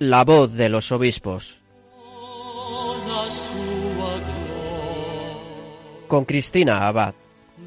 La voz de los obispos. Con Cristina Abad.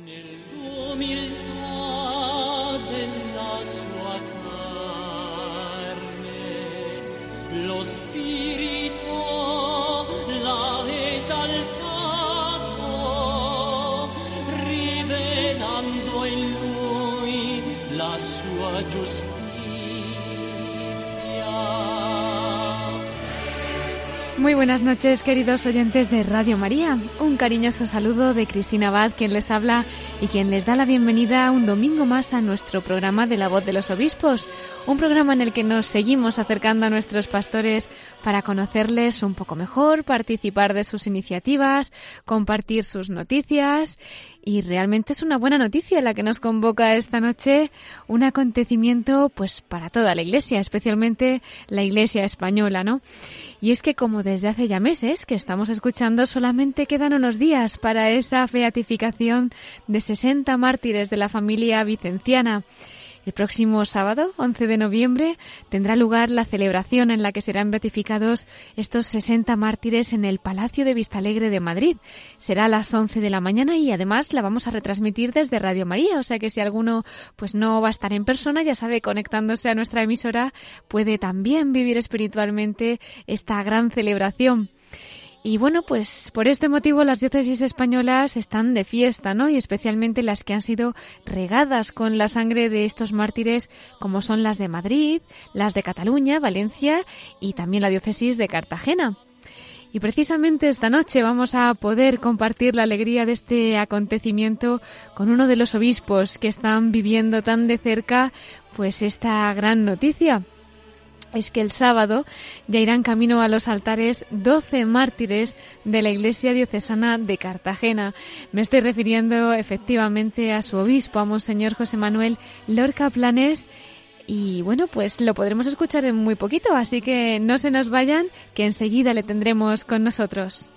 Muy buenas noches, queridos oyentes de Radio María. Un cariñoso saludo de Cristina Abad, quien les habla y quien les da la bienvenida un domingo más a nuestro programa de La Voz de los Obispos, un programa en el que nos seguimos acercando a nuestros pastores para conocerles un poco mejor, participar de sus iniciativas, compartir sus noticias. Y realmente es una buena noticia la que nos convoca esta noche, un acontecimiento pues para toda la Iglesia, especialmente la Iglesia española, ¿no? Y es que como desde hace ya meses que estamos escuchando, solamente quedan unos días para esa beatificación de 60 mártires de la familia vicenciana. El próximo sábado, 11 de noviembre, tendrá lugar la celebración en la que serán beatificados estos 60 mártires en el Palacio de Vistalegre de Madrid. Será a las 11 de la mañana y además la vamos a retransmitir desde Radio María, o sea que si alguno pues no va a estar en persona, ya sabe, conectándose a nuestra emisora, puede también vivir espiritualmente esta gran celebración. Y bueno, pues por este motivo las diócesis españolas están de fiesta, ¿no? Y especialmente las que han sido regadas con la sangre de estos mártires, como son las de Madrid, las de Cataluña, Valencia y también la diócesis de Cartagena. Y precisamente esta noche vamos a poder compartir la alegría de este acontecimiento con uno de los obispos que están viviendo tan de cerca pues esta gran noticia. Es que el sábado ya irán camino a los altares 12 mártires de la Iglesia Diocesana de Cartagena. Me estoy refiriendo efectivamente a su obispo, a Monseñor José Manuel Lorca Planes. Y bueno, pues lo podremos escuchar en muy poquito, así que no se nos vayan, que enseguida le tendremos con nosotros.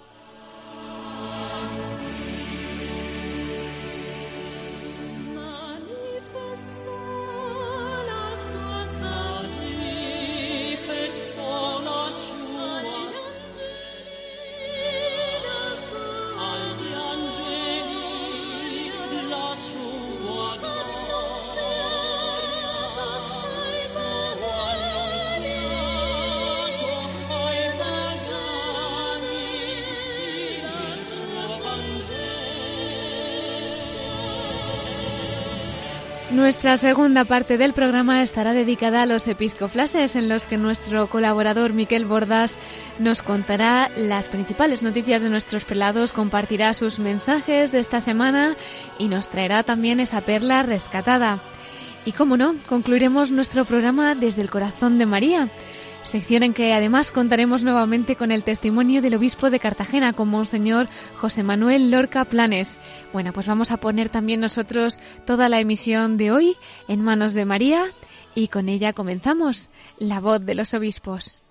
Nuestra segunda parte del programa estará dedicada a los episcoflases, en los que nuestro colaborador Miquel Bordas nos contará las principales noticias de nuestros prelados, compartirá sus mensajes de esta semana y nos traerá también esa perla rescatada. Y cómo no, concluiremos nuestro programa desde el corazón de María, sección en que además contaremos nuevamente con el testimonio del obispo de Cartagena, con Monseñor José Manuel Lorca Planes. Bueno, pues vamos a poner también nosotros toda la emisión de hoy en manos de María y con ella comenzamos La Voz de los Obispos.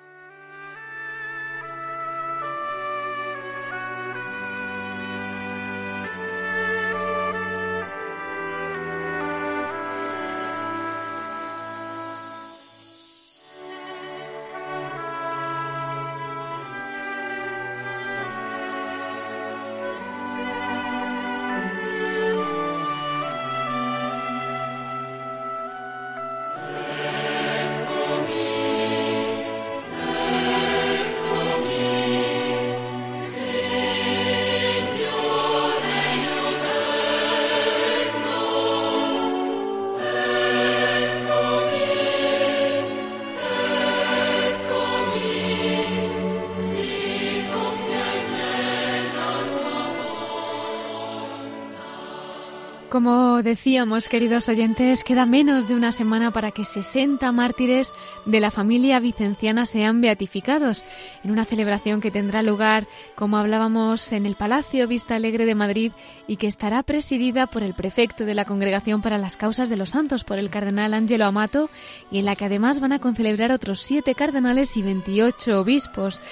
Como decíamos, queridos oyentes, queda menos de una semana para que 60 mártires de la familia vicenciana sean beatificados, en una celebración que tendrá lugar, como hablábamos, en el Palacio Vistalegre de Madrid y que estará presidida por el prefecto de la Congregación para las Causas de los Santos, por el cardenal Angelo Amato, y en la que además van a concelebrar otros 7 cardenales y 28 obispos.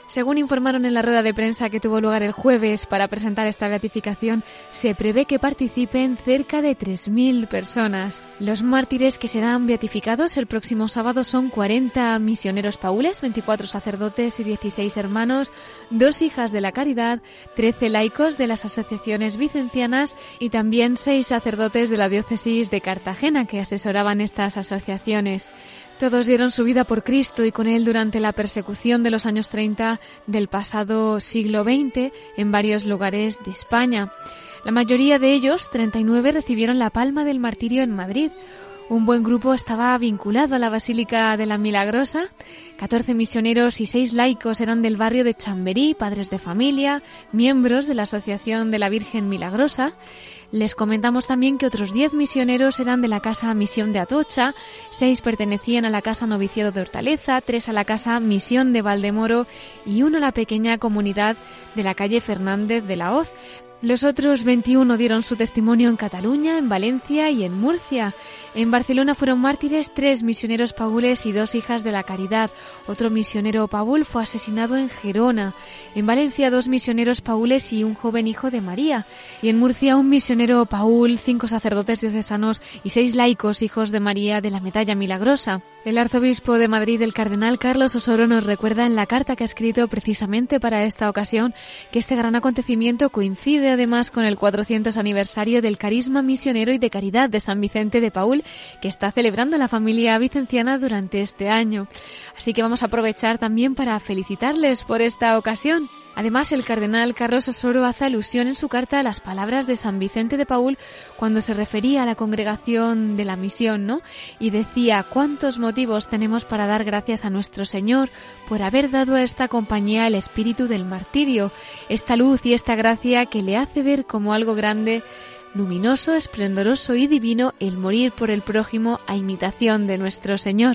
Según informaron en la rueda de prensa que tuvo lugar el jueves para presentar esta beatificación, se prevé que participen cerca de 3.000 personas. Los mártires que serán beatificados el próximo sábado son 40 misioneros paules, 24 sacerdotes y 16 hermanos, 2 hijas de la caridad, 13 laicos de las asociaciones vicencianas y también 6 sacerdotes de la diócesis de Cartagena que asesoraban estas asociaciones. Todos dieron su vida por Cristo y con él durante la persecución de los años 30 del pasado siglo XX en varios lugares de España. La mayoría de ellos, 39, recibieron la palma del martirio en Madrid. Un buen grupo estaba vinculado a la Basílica de la Milagrosa. 14 misioneros y 6 laicos eran del barrio de Chamberí, padres de familia, miembros de la Asociación de la Virgen Milagrosa. Les comentamos también que otros 10 misioneros eran de la Casa Misión de Atocha, 6 pertenecían a la Casa Noviciado de Hortaleza, 3 a la Casa Misión de Valdemoro y 1 a la pequeña comunidad de la calle Fernández de la Hoz. Los otros 21 dieron su testimonio en Cataluña, en Valencia y en Murcia. En Barcelona fueron mártires 3 misioneros paules y 2 hijas de la caridad. Otro misionero paul fue asesinado en Gerona. En Valencia 2 misioneros paules y un joven hijo de María. Y en Murcia un misionero paul, 5 sacerdotes diocesanos y 6 laicos hijos de María de la Medalla Milagrosa. El arzobispo de Madrid, el cardenal Carlos Osoro, nos recuerda en la carta que ha escrito precisamente para esta ocasión que este gran acontecimiento coincide además con el 400 aniversario del carisma misionero y de caridad de San Vicente de Paúl, que está celebrando la familia vicenciana durante este año. Así que vamos a aprovechar también para felicitarles por esta ocasión. Además, el cardenal Carlos Osoro hace alusión en su carta a las palabras de San Vicente de Paúl cuando se refería a la congregación de la misión, ¿no? Y decía: ¿cuántos motivos tenemos para dar gracias a nuestro Señor por haber dado a esta compañía el espíritu del martirio, esta luz y esta gracia que le hace ver como algo grande, luminoso, esplendoroso y divino el morir por el prójimo a imitación de nuestro Señor?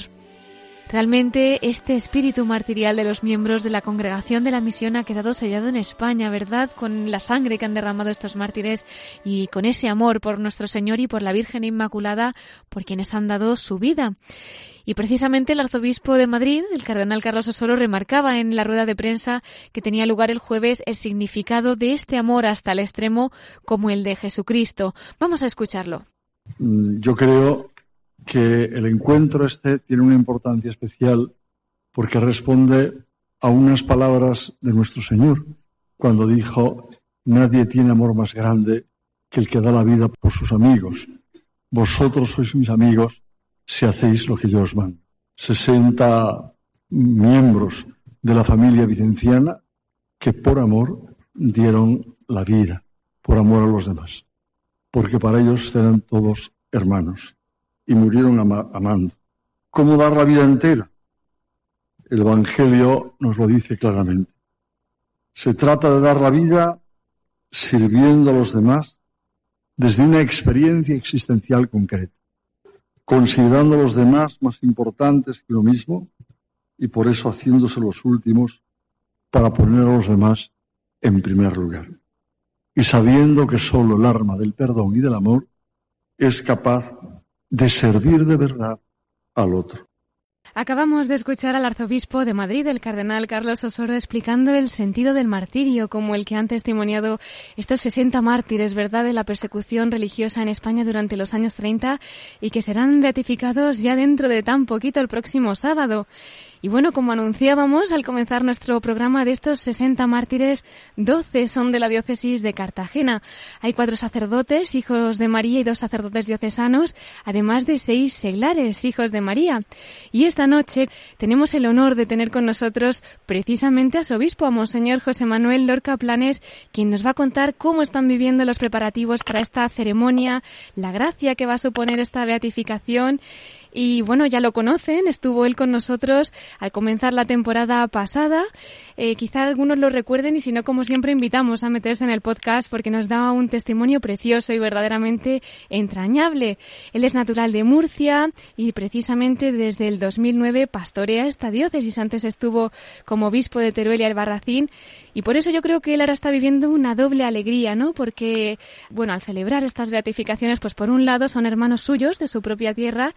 Realmente este espíritu martirial de los miembros de la Congregación de la Misión ha quedado sellado en España, ¿verdad? Con la sangre que han derramado estos mártires y con ese amor por nuestro Señor y por la Virgen Inmaculada, por quienes han dado su vida. Y precisamente el arzobispo de Madrid, el cardenal Carlos Osoro, remarcaba en la rueda de prensa que tenía lugar el jueves el significado de este amor hasta el extremo como el de Jesucristo. Vamos a escucharlo. Yo creo que el encuentro tiene una importancia especial porque responde a unas palabras de nuestro Señor cuando dijo: nadie tiene amor más grande que el que da la vida por sus amigos. Vosotros sois mis amigos si hacéis lo que yo os mando. 60 miembros de la familia vicenciana que por amor dieron la vida, por amor a los demás, porque para ellos eran todos hermanos. Y murieron amando. ¿Cómo dar la vida entera? El Evangelio nos lo dice claramente. Se trata de dar la vida sirviendo a los demás desde una experiencia existencial concreta, considerando a los demás más importantes que uno mismo y por eso haciéndose los últimos para poner a los demás en primer lugar. Y sabiendo que solo el arma del perdón y del amor es capaz de servir de verdad al otro. Acabamos de escuchar al arzobispo de Madrid, el cardenal Carlos Osoro, explicando el sentido del martirio, como el que han testimoniado estos 60 mártires, ¿verdad?, de la persecución religiosa en España durante los años 30 y que serán beatificados ya dentro de tan poquito, el próximo sábado. Y bueno, como anunciábamos al comenzar nuestro programa, de estos 60 mártires, 12 son de la diócesis de Cartagena. Hay 4 sacerdotes, hijos de María, y 2 sacerdotes diocesanos, además de 6 seglares, hijos de María. Y esta noche tenemos el honor de tener con nosotros precisamente a su obispo, a Monseñor José Manuel Lorca Planes, quien nos va a contar cómo están viviendo los preparativos para esta ceremonia, la gracia que va a suponer esta beatificación. Y bueno, ya lo conocen, estuvo él con nosotros al comenzar la temporada pasada. Quizá algunos lo recuerden y si no, como siempre, invitamos a meterse en el podcast porque nos da un testimonio precioso y verdaderamente entrañable. Él es natural de Murcia y precisamente desde el 2009 pastorea esta diócesis. Antes estuvo como obispo de Teruel y Albarracín y por eso yo creo que él ahora está viviendo una doble alegría, ¿no? Porque, bueno, al celebrar estas beatificaciones, pues por un lado son hermanos suyos de su propia tierra y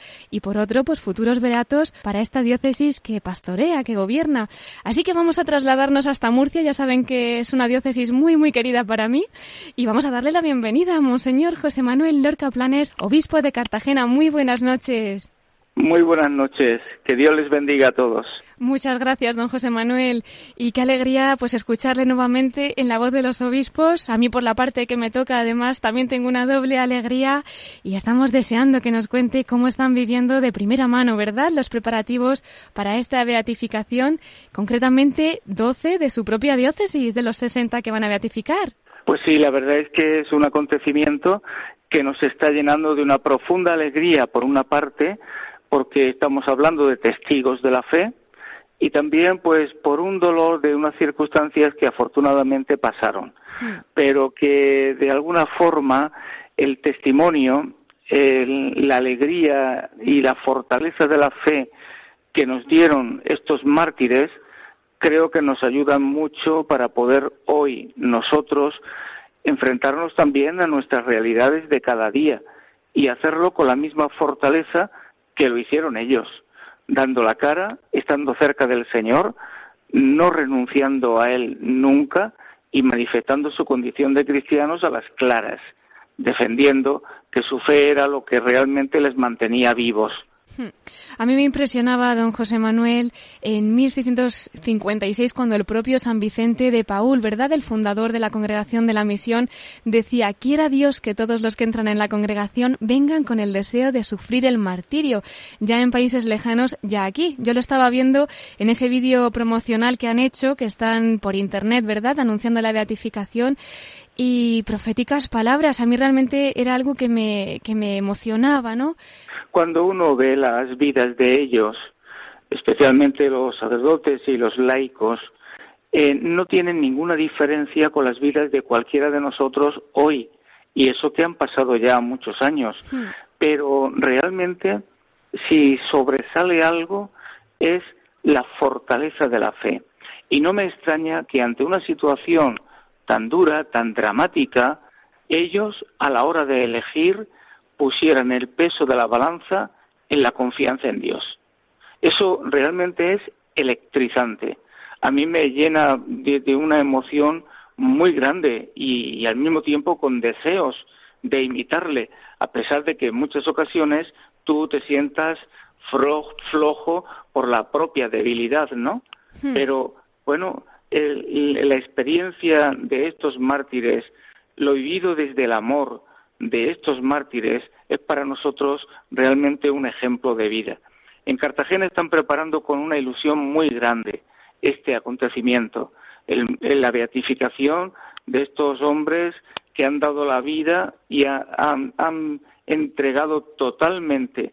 por otro, pues futuros beatos para esta diócesis que pastorea, que gobierna. Así que vamos a trasladarnos hasta Murcia, ya saben que es una diócesis muy, muy querida para mí, y vamos a darle la bienvenida a Monseñor José Manuel Lorca Planes, obispo de Cartagena. Muy buenas noches. Muy buenas noches, que Dios les bendiga a todos. Muchas gracias, don José Manuel, y qué alegría pues escucharle nuevamente en la voz de los obispos. A mí, por la parte que me toca, además, también tengo una doble alegría y estamos deseando que nos cuente cómo están viviendo de primera mano, ¿verdad?, los preparativos para esta beatificación, concretamente 12 de su propia diócesis, de los 60 que van a beatificar. Pues sí, la verdad es que es un acontecimiento que nos está llenando de una profunda alegría, por una parte, porque estamos hablando de testigos de la fe, y también pues por un dolor de unas circunstancias que afortunadamente pasaron, pero que de alguna forma el testimonio, la alegría y la fortaleza de la fe que nos dieron estos mártires, creo que nos ayudan mucho para poder hoy nosotros enfrentarnos también a nuestras realidades de cada día y hacerlo con la misma fortaleza que lo hicieron ellos, dando la cara, estando cerca del Señor, no renunciando a Él nunca y manifestando su condición de cristianos a las claras, defendiendo que su fe era lo que realmente les mantenía vivos. A mí me impresionaba, don José Manuel, en 1656, cuando el propio San Vicente de Paúl, ¿verdad?, el fundador de la Congregación de la Misión, decía: quiera Dios que todos los que entran en la congregación vengan con el deseo de sufrir el martirio, ya en países lejanos, ya aquí. Yo lo estaba viendo en ese vídeo promocional que han hecho, que están por internet, ¿verdad?, anunciando la beatificación, y proféticas palabras. A mí realmente era algo que me emocionaba, ¿no? Cuando uno ve las vidas de ellos, especialmente los sacerdotes y los laicos, no tienen ninguna diferencia con las vidas de cualquiera de nosotros hoy, y eso que han pasado ya muchos años. Pero realmente, si sobresale algo, es la fortaleza de la fe. Y no me extraña que ante una situación tan dura, tan dramática, ellos, a la hora de elegir, pusieran el peso de la balanza en la confianza en Dios. Eso realmente es electrizante. A mí me llena de una emoción muy grande y al mismo tiempo con deseos de imitarle, a pesar de que en muchas ocasiones tú te sientas flojo por la propia debilidad, ¿no? Pero, bueno, la experiencia de estos mártires, lo vivido desde el amor de estos mártires, es para nosotros realmente un ejemplo de vida. En Cartagena están preparando con una ilusión muy grande este acontecimiento, la beatificación de estos hombres que han dado la vida y han entregado totalmente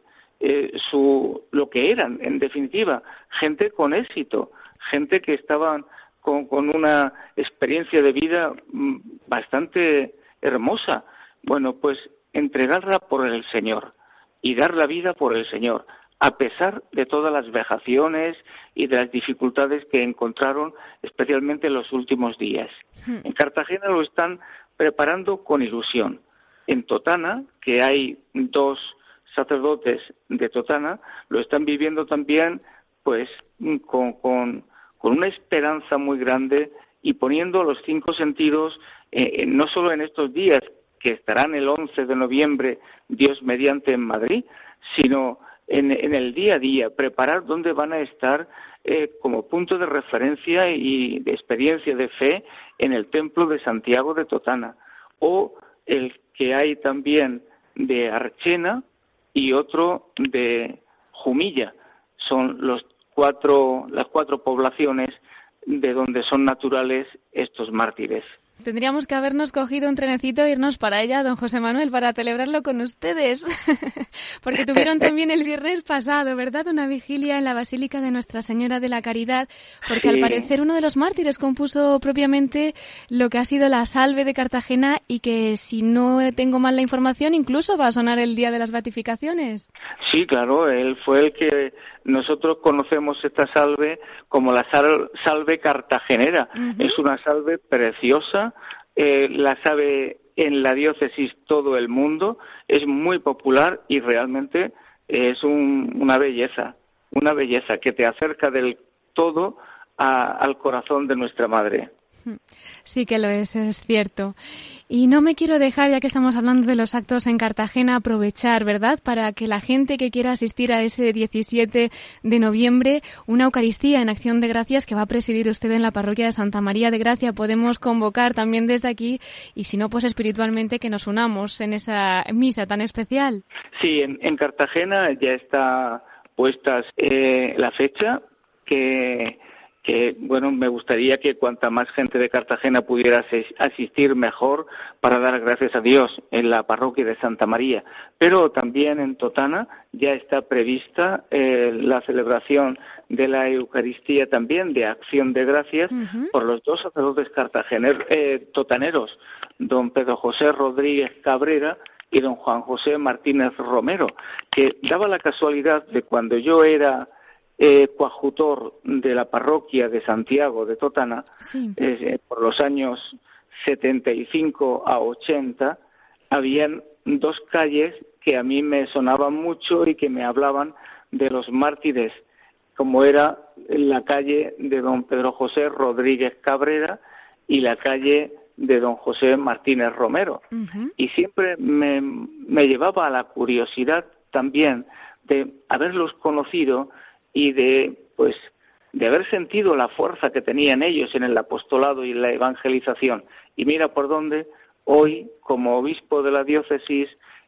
lo que eran, en definitiva, gente con éxito, gente que estaban con una experiencia de vida bastante hermosa. Bueno, pues entregarla por el Señor y dar la vida por el Señor, a pesar de todas las vejaciones y de las dificultades que encontraron, especialmente en los últimos días. En Cartagena lo están preparando con ilusión. En Totana, que hay 2 sacerdotes de Totana, lo están viviendo también pues con una esperanza muy grande y poniendo los 5 sentidos no solo en estos días, que estarán el 11 de noviembre, Dios mediante, en Madrid, sino en el día a día, preparar dónde van a estar como punto de referencia y de experiencia de fe en el templo de Santiago de Totana, o el que hay también de Archena y otro de Jumilla. Son las 4 poblaciones de donde son naturales estos mártires. Tendríamos que habernos cogido un trenecito e irnos para allá, don José Manuel, para celebrarlo con ustedes. Porque tuvieron también el viernes pasado, ¿verdad?, una vigilia en la Basílica de Nuestra Señora de la Caridad, porque sí, al parecer uno de los mártires compuso propiamente lo que ha sido la Salve de Cartagena y que, si no tengo mal la información, incluso va a sonar el día de las beatificaciones. Sí, claro, él fue el que nosotros conocemos esta salve como la salve cartagenera. Es una salve preciosa, la sabe en la diócesis todo el mundo, es muy popular y realmente es una belleza que te acerca del todo al corazón de nuestra Madre. Sí que lo es cierto. Y no me quiero dejar, ya que estamos hablando de los actos en Cartagena, aprovechar, ¿verdad?, para que la gente que quiera asistir a ese 17 de noviembre, una Eucaristía en Acción de Gracias que va a presidir usted en la parroquia de Santa María de Gracia, podemos convocar también desde aquí, y si no, pues espiritualmente, que nos unamos en esa misa tan especial. Sí, en Cartagena ya está puesta la fecha que bueno, me gustaría que cuanta más gente de Cartagena pudiera asistir mejor para dar gracias a Dios en la parroquia de Santa María. Pero también en Totana ya está prevista la celebración de la Eucaristía también de Acción de Gracias por los dos sacerdotes totaneros, don Pedro José Rodríguez Cabrera y don Juan José Martínez Romero, que daba la casualidad de cuando yo era coadjutor de la parroquia de Santiago de Totana, sí, por los años 75 a 80, habían dos calles que a mí me sonaban mucho y que me hablaban de los mártires, como era la calle de don Pedro José Rodríguez Cabrera y la calle de don José Martínez Romero. Y siempre me llevaba a la curiosidad también de haberlos conocido y de haber sentido la fuerza que tenían ellos en el apostolado y en la evangelización. Y mira por dónde hoy, como obispo de la diócesis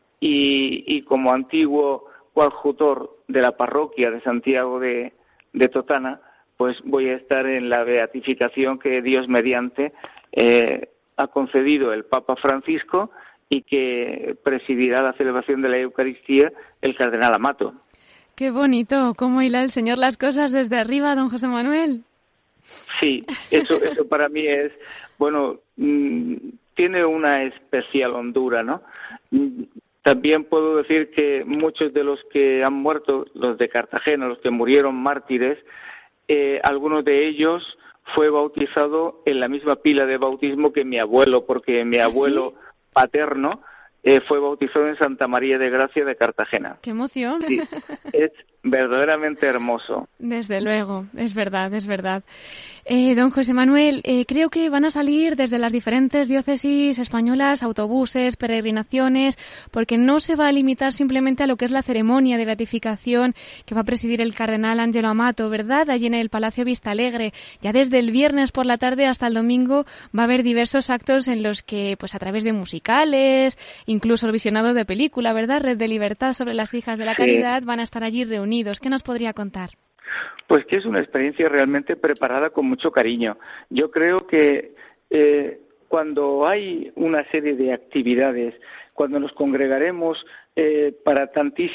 y como antiguo coadjutor de la parroquia de Santiago de Totana, pues voy a estar en la beatificación que Dios mediante ha concedido el Papa Francisco y que presidirá la celebración de la Eucaristía el cardenal Amato. Qué bonito, cómo hila el Señor las cosas desde arriba, don José Manuel. Sí, eso para mí es, bueno, tiene una especial hondura, ¿no? También puedo decir que muchos de los que han muerto, los de Cartagena, los que murieron mártires, algunos de ellos fue bautizado en la misma pila de bautismo que mi abuelo, porque mi abuelo paterno fue bautizado en Santa María de Gracia de Cartagena. ¡Qué emoción! Sí, es verdaderamente hermoso. Desde luego, es verdad, es verdad. Don José Manuel, creo que van a salir desde las diferentes diócesis españolas autobuses, peregrinaciones, porque no se va a limitar simplemente a lo que es la ceremonia de beatificación que va a presidir el cardenal Ángelo Amato, ¿verdad?, allí en el Palacio Vistalegre. Ya desde el viernes por la tarde hasta el domingo va a haber diversos actos en los que, pues a través de musicales, incluso el visionado de película, ¿verdad?, Red de Libertad sobre las hijas de la caridad, van a estar allí reunidos. ¿Qué nos podría contar? Pues que es una experiencia realmente preparada con mucho cariño. Yo creo que cuando hay una serie de actividades, cuando nos congregaremos para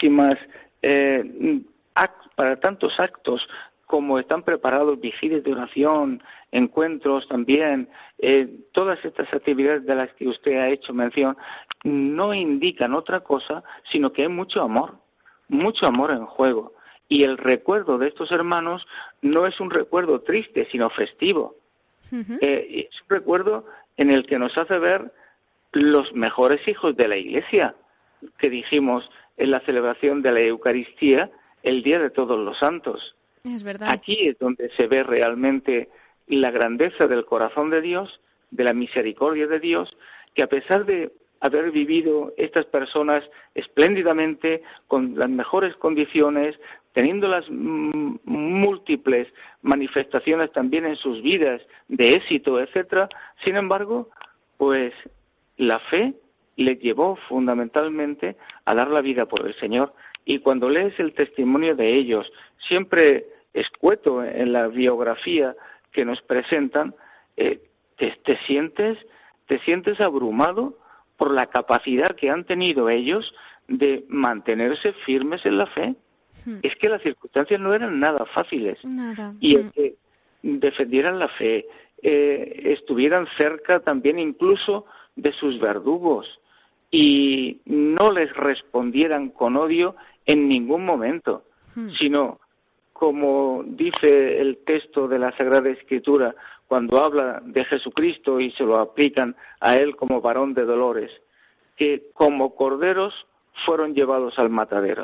tantos actos como están preparados, vigilias de oración, encuentros también, todas estas actividades de las que usted ha hecho mención, no indican otra cosa, sino que hay mucho amor en juego. Y el recuerdo de estos hermanos no es un recuerdo triste, sino festivo. Es un recuerdo en el que nos hace ver los mejores hijos de la Iglesia, que dijimos en la celebración de la Eucaristía el Día de Todos los Santos. Es verdad. Aquí es donde se ve realmente la grandeza del corazón de Dios, de la misericordia de Dios, que a pesar de haber vivido estas personas espléndidamente, con las mejores condiciones, teniendo las múltiples manifestaciones también en sus vidas de éxito, etcétera, sin embargo, pues la fe les llevó fundamentalmente a dar la vida por el Señor. Y cuando lees el testimonio de ellos, siempre escueto en la biografía que nos presentan, te sientes abrumado por la capacidad que han tenido ellos de mantenerse firmes en la fe. Es que las circunstancias no eran nada fáciles. Nada. Y el que defendieran la fe, estuvieran cerca también incluso de sus verdugos y no les respondieran con odio en ningún momento, sino, como dice el texto de la Sagrada Escritura, cuando habla de Jesucristo y se lo aplican a él como varón de dolores, que como corderos fueron llevados al matadero.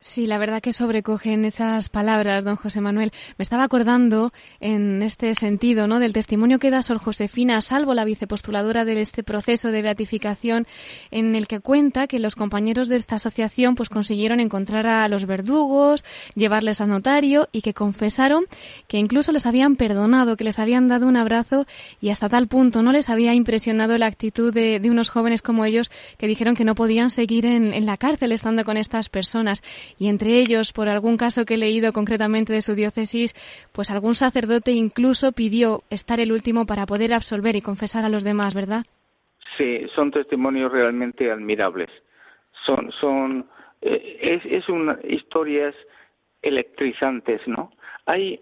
Sí, la verdad que sobrecogen esas palabras, don José Manuel. Me estaba acordando en este sentido, ¿no?, del testimonio que da Sor Josefina Salvo, la vicepostuladora de este proceso de beatificación, en el que cuenta que los compañeros de esta asociación pues consiguieron encontrar a los verdugos, llevarles al notario y que confesaron que incluso les habían perdonado, que les habían dado un abrazo y hasta tal punto no les había impresionado la actitud de unos jóvenes como ellos que dijeron que no podían seguir en la cárcel estando con estas personas. Y entre ellos, por algún caso que he leído concretamente de su diócesis, pues algún sacerdote incluso pidió estar el último para poder absolver y confesar a los demás, ¿verdad? Sí, son testimonios realmente admirables. Son historias electrizantes, ¿no? Hay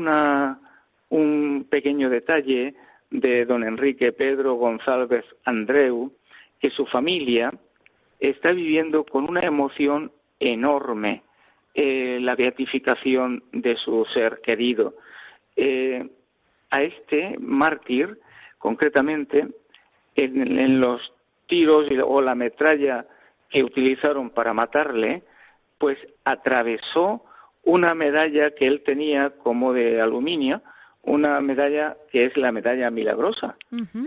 un pequeño detalle de don Enrique Pedro González Andreu, que su familia está viviendo con una emoción enorme la beatificación de su ser querido. A este mártir, concretamente, en los tiros o la metralla que utilizaron para matarle, pues atravesó una medalla que él tenía como de aluminio, una medalla que es la medalla milagrosa. Uh-huh.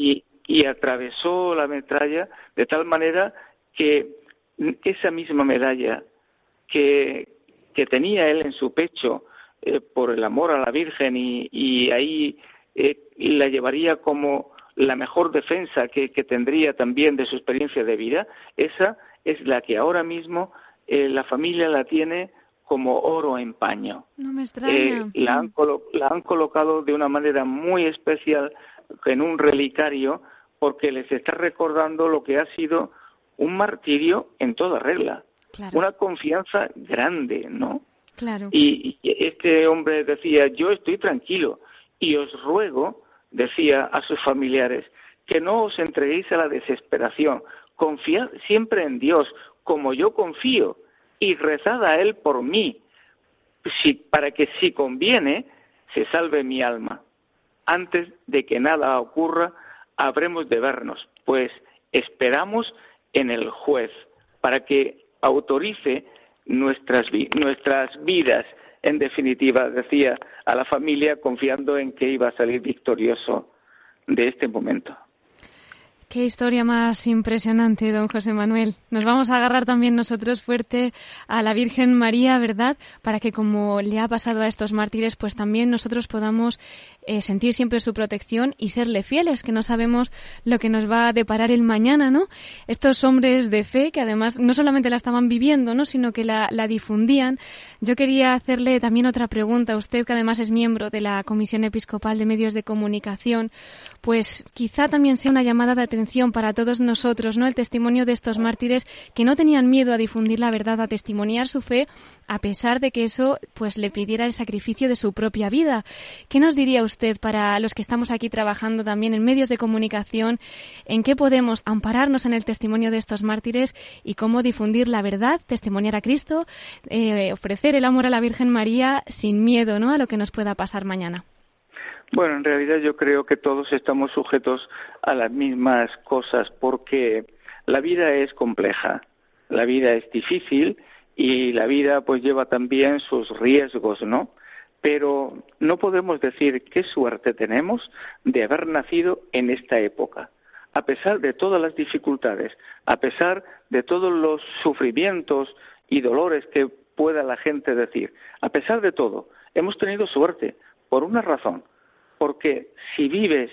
Y atravesó la metralla de tal manera que esa misma medalla que tenía él en su pecho por el amor a la Virgen y ahí la llevaría como la mejor defensa que tendría también de su experiencia de vida, esa es la que ahora mismo la familia la tiene como oro en paño. No me extraña. La han colocado de una manera muy especial en un relicario porque les está recordando lo que ha sido un martirio en toda regla, claro. Una confianza grande, ¿no? Claro. Y este hombre decía, yo estoy tranquilo y os ruego, decía a sus familiares, que no os entreguéis a la desesperación, confiad siempre en Dios, como yo confío, y rezad a Él por mí, para que si conviene, se salve mi alma. Antes de que nada ocurra, habremos de vernos, pues esperamos en el juez para que autorice nuestras vidas. En definitiva, decía a la familia, confiando en que iba a salir victorioso de este momento. Qué historia más impresionante, don José Manuel. Nos vamos a agarrar también nosotros fuerte a la Virgen María, ¿verdad? Para que, como le ha pasado a estos mártires, pues también nosotros podamos sentir siempre su protección y serle fieles, que no sabemos lo que nos va a deparar el mañana, ¿no? Estos hombres de fe, que además no solamente la estaban viviendo, ¿no?, sino que la difundían. Yo quería hacerle también otra pregunta. Usted, que además es miembro de la Comisión Episcopal de Medios de Comunicación, pues quizá también sea una llamada de atención para todos nosotros, ¿no?, el testimonio de estos mártires que no tenían miedo a difundir la verdad, a testimoniar su fe, a pesar de que eso pues le pidiera el sacrificio de su propia vida. ¿Qué nos diría usted para los que estamos aquí trabajando también en medios de comunicación, en qué podemos ampararnos en el testimonio de estos mártires y cómo difundir la verdad, testimoniar a Cristo, ofrecer el amor a la Virgen María sin miedo, ¿no?, a lo que nos pueda pasar mañana? Bueno, en realidad yo creo que todos estamos sujetos a las mismas cosas porque la vida es compleja, la vida es difícil y la vida pues lleva también sus riesgos, ¿no? Pero no podemos decir qué suerte tenemos de haber nacido en esta época. A pesar de todas las dificultades, a pesar de todos los sufrimientos y dolores que pueda la gente decir, a pesar de todo, hemos tenido suerte por una razón. Porque si vives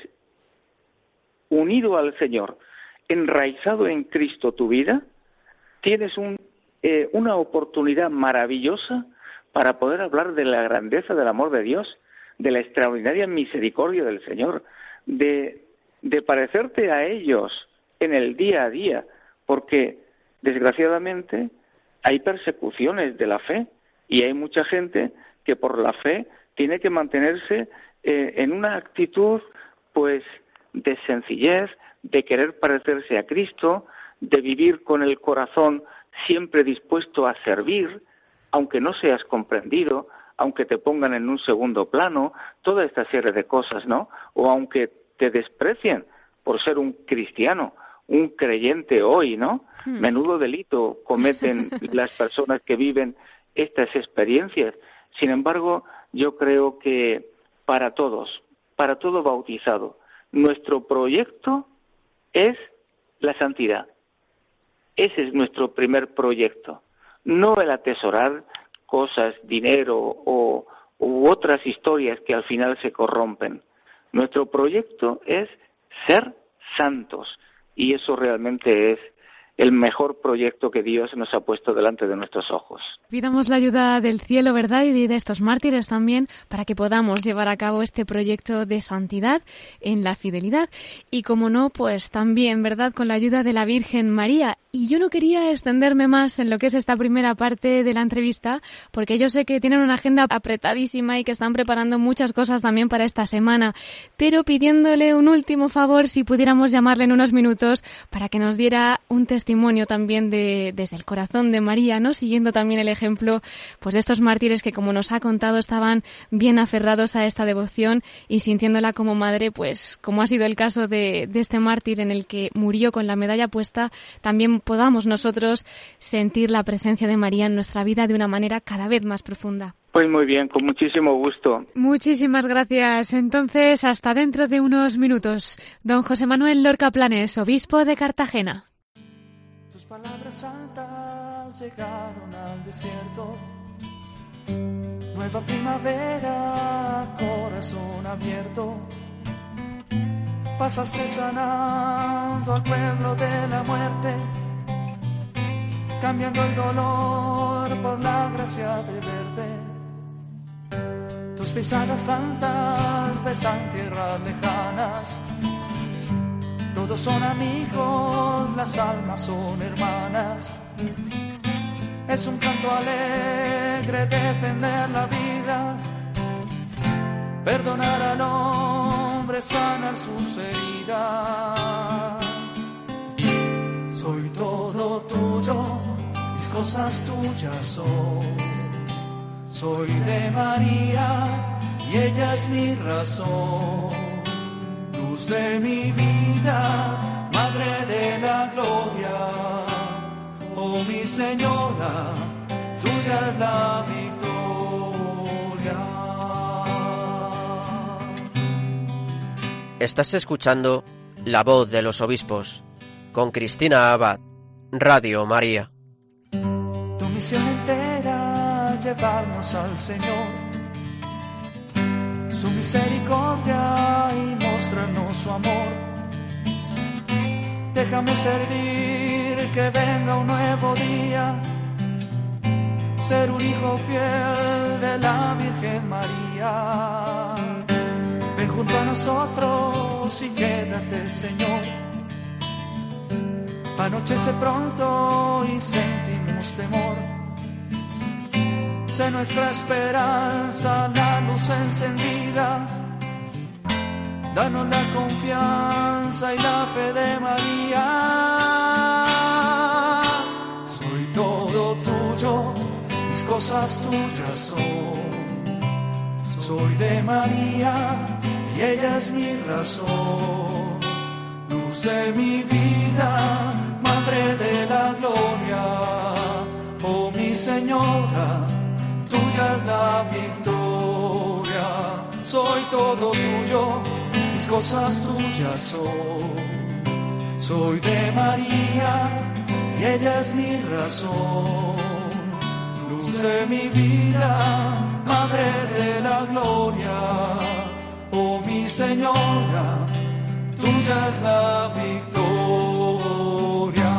unido al Señor, enraizado en Cristo tu vida, tienes una oportunidad maravillosa para poder hablar de la grandeza del amor de Dios, de la extraordinaria misericordia del Señor, de parecerte a ellos en el día a día, porque desgraciadamente hay persecuciones de la fe y hay mucha gente que por la fe tiene que mantenerse en una actitud pues de sencillez, de querer parecerse a Cristo, de vivir con el corazón siempre dispuesto a servir, aunque no seas comprendido, aunque te pongan en un segundo plano, toda esta serie de cosas, ¿no? O aunque te desprecien por ser un cristiano, un creyente hoy, ¿no? Menudo delito cometen las personas que viven estas experiencias. Sin embargo, yo creo que para todo bautizado, nuestro proyecto es la santidad. Ese es nuestro primer proyecto, no el atesorar cosas, dinero u otras historias que al final se corrompen. Nuestro proyecto es ser santos, y eso realmente es el mejor proyecto que Dios nos ha puesto delante de nuestros ojos. Pidamos la ayuda del cielo, ¿verdad? Y de estos mártires también, para que podamos llevar a cabo este proyecto de santidad en la fidelidad. Y como no, pues también, ¿verdad?, con la ayuda de la Virgen María. Y yo no quería extenderme más en lo que es esta primera parte de la entrevista, porque yo sé que tienen una agenda apretadísima y que están preparando muchas cosas también para esta semana, pero pidiéndole un último favor, si pudiéramos llamarle en unos minutos, para que nos diera un testimonio también desde el corazón de María, ¿no? Siguiendo también el ejemplo, pues, de estos mártires que, como nos ha contado, estaban bien aferrados a esta devoción y sintiéndola como madre, pues, como ha sido el caso de este mártir en el que murió con la medalla puesta, también podamos nosotros sentir la presencia de María en nuestra vida de una manera cada vez más profunda. Pues muy bien, con muchísimo gusto. Muchísimas gracias. Entonces, hasta dentro de unos minutos. Don José Manuel Lorca Planes, obispo de Cartagena. Tus palabras santas llegaron al desierto. Nueva primavera, corazón abierto. Pasaste sanando al pueblo de la muerte, cambiando el dolor por la gracia de verte. Tus pisadas santas besan tierras lejanas. Todos son amigos, las almas son hermanas. Es un canto alegre defender la vida, perdonar al hombre, sanar sus heridas. Soy todo tuyo, mis cosas tuyas son. Soy de María y ella es mi razón. Luz de mi vida, Madre de la gloria. Oh mi Señora, tuya es la victoria. Estás escuchando La Voz de los Obispos con Cristina Abad, Radio María. Tu misión entera, llevarnos al Señor, su misericordia y mostrarnos su amor. Déjame servir, que venga un nuevo día, ser un hijo fiel de la Virgen María. Ven junto a nosotros y quédate, Señor. Anochece pronto y sentimos temor. Sé nuestra esperanza, la luz encendida. Danos la confianza y la fe de María. Soy todo tuyo, mis cosas tuyas son. Soy de María y ella es mi razón. Luz de mi vida, Madre de la gloria. Oh mi Señora, tuya es la victoria. Soy todo tuyo, mis cosas tuyas son. Soy de María y ella es mi razón. Luz de mi vida, Madre de la gloria. Oh mi Señora, tuya es la victoria.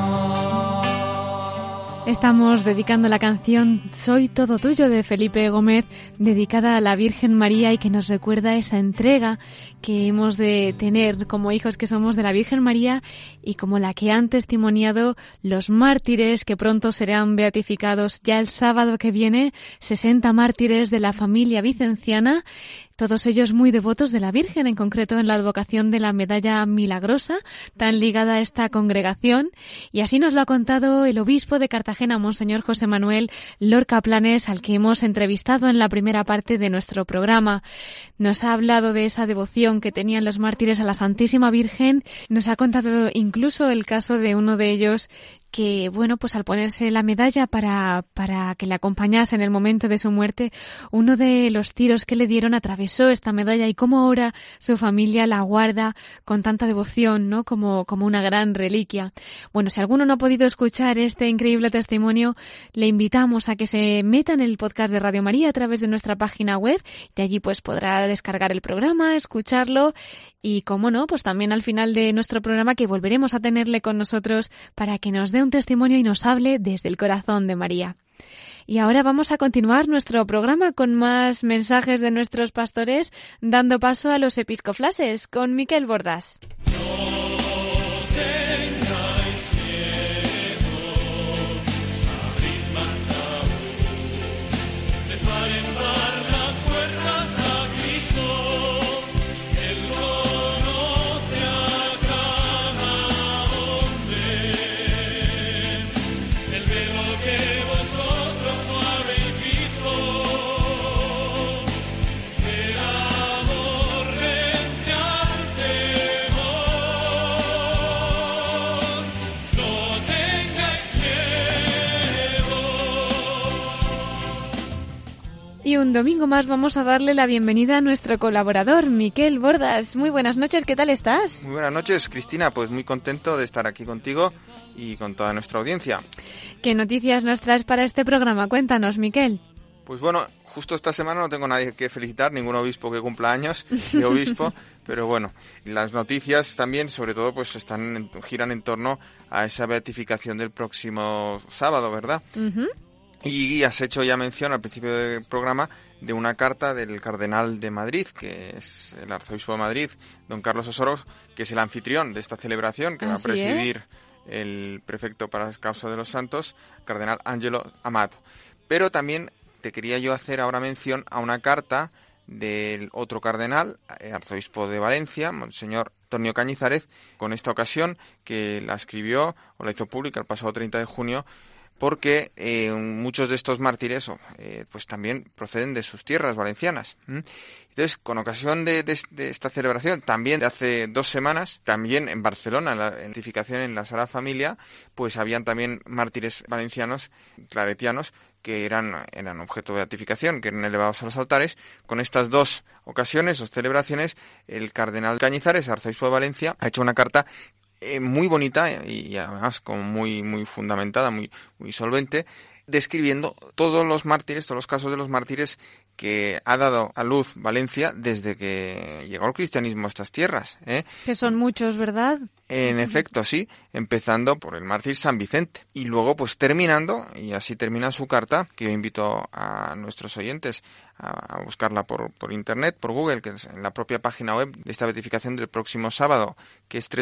Estamos dedicando la canción Soy todo tuyo de Felipe Gómez, dedicada a la Virgen María y que nos recuerda esa entrega que hemos de tener como hijos que somos de la Virgen María y como la que han testimoniado los mártires que pronto serán beatificados ya el sábado que viene, 60 mártires de la familia vicenciana todos ellos muy devotos de la Virgen, en concreto en la advocación de la Medalla Milagrosa, tan ligada a esta congregación. Y así nos lo ha contado el obispo de Cartagena, Monseñor José Manuel Lorca Planes, al que hemos entrevistado en la primera parte de nuestro programa. Nos ha hablado de esa devoción que tenían los mártires a la Santísima Virgen. Nos ha contado incluso el caso de uno de ellos que, bueno, pues al ponerse la medalla para que le acompañase en el momento de su muerte, uno de los tiros que le dieron atravesó esta medalla y cómo ahora su familia la guarda con tanta devoción, ¿no? Como una gran reliquia. Bueno, si alguno no ha podido escuchar este increíble testimonio, le invitamos a que se meta en el podcast de Radio María a través de nuestra página web, y allí pues podrá descargar el programa, escucharlo y, como no, pues también al final de nuestro programa, que volveremos a tenerle con nosotros para que nos dé un testimonio y nos hable desde el corazón de María. Y ahora vamos a continuar nuestro programa con más mensajes de nuestros pastores, dando paso a los episcoflases con Miquel Bordas. Y un domingo más vamos a darle la bienvenida a nuestro colaborador, Miquel Bordas. Muy buenas noches, ¿qué tal estás? Muy buenas noches, Cristina. Pues muy contento de estar aquí contigo y con toda nuestra audiencia. ¿Qué noticias nos traes para este programa? Cuéntanos, Miquel. Pues bueno, justo esta semana no tengo nadie que felicitar, ningún obispo que cumpla años de obispo, pero bueno, las noticias también, sobre todo, pues giran en torno a esa beatificación del próximo sábado, ¿verdad? Uh-huh. Y has hecho ya mención al principio del programa de una carta del cardenal de Madrid, que es el arzobispo de Madrid, don Carlos Osoro, que es el anfitrión de esta celebración, que va a presidir el prefecto para las causas de los santos, cardenal Ángelo Amato. Pero también te quería yo hacer ahora mención a una carta del otro cardenal, arzobispo de Valencia, monseñor Antonio Cañizares, con esta ocasión, que la escribió o la hizo pública el pasado 30 de junio, porque muchos de estos mártires pues también proceden de sus tierras valencianas. Entonces, con ocasión de esta celebración, también de hace 2 semanas, también en Barcelona, en la beatificación en la Sagrada Familia, pues habían también mártires valencianos, claretianos, que eran objeto de beatificación, que eran elevados a los altares. Con estas 2 ocasiones o celebraciones, el cardenal Cañizares, arzobispo de Valencia, ha hecho una carta muy bonita y además como muy fundamentada, muy solvente, describiendo todos los casos de los mártires que ha dado a luz Valencia desde que llegó el cristianismo a estas tierras. Que son muchos, ¿verdad? En efecto, sí, empezando por el mártir San Vicente y luego pues terminando, y así termina su carta, que yo invito a nuestros oyentes a buscarla por internet, por Google, que es en la propia página web de esta beatificación del próximo sábado, que es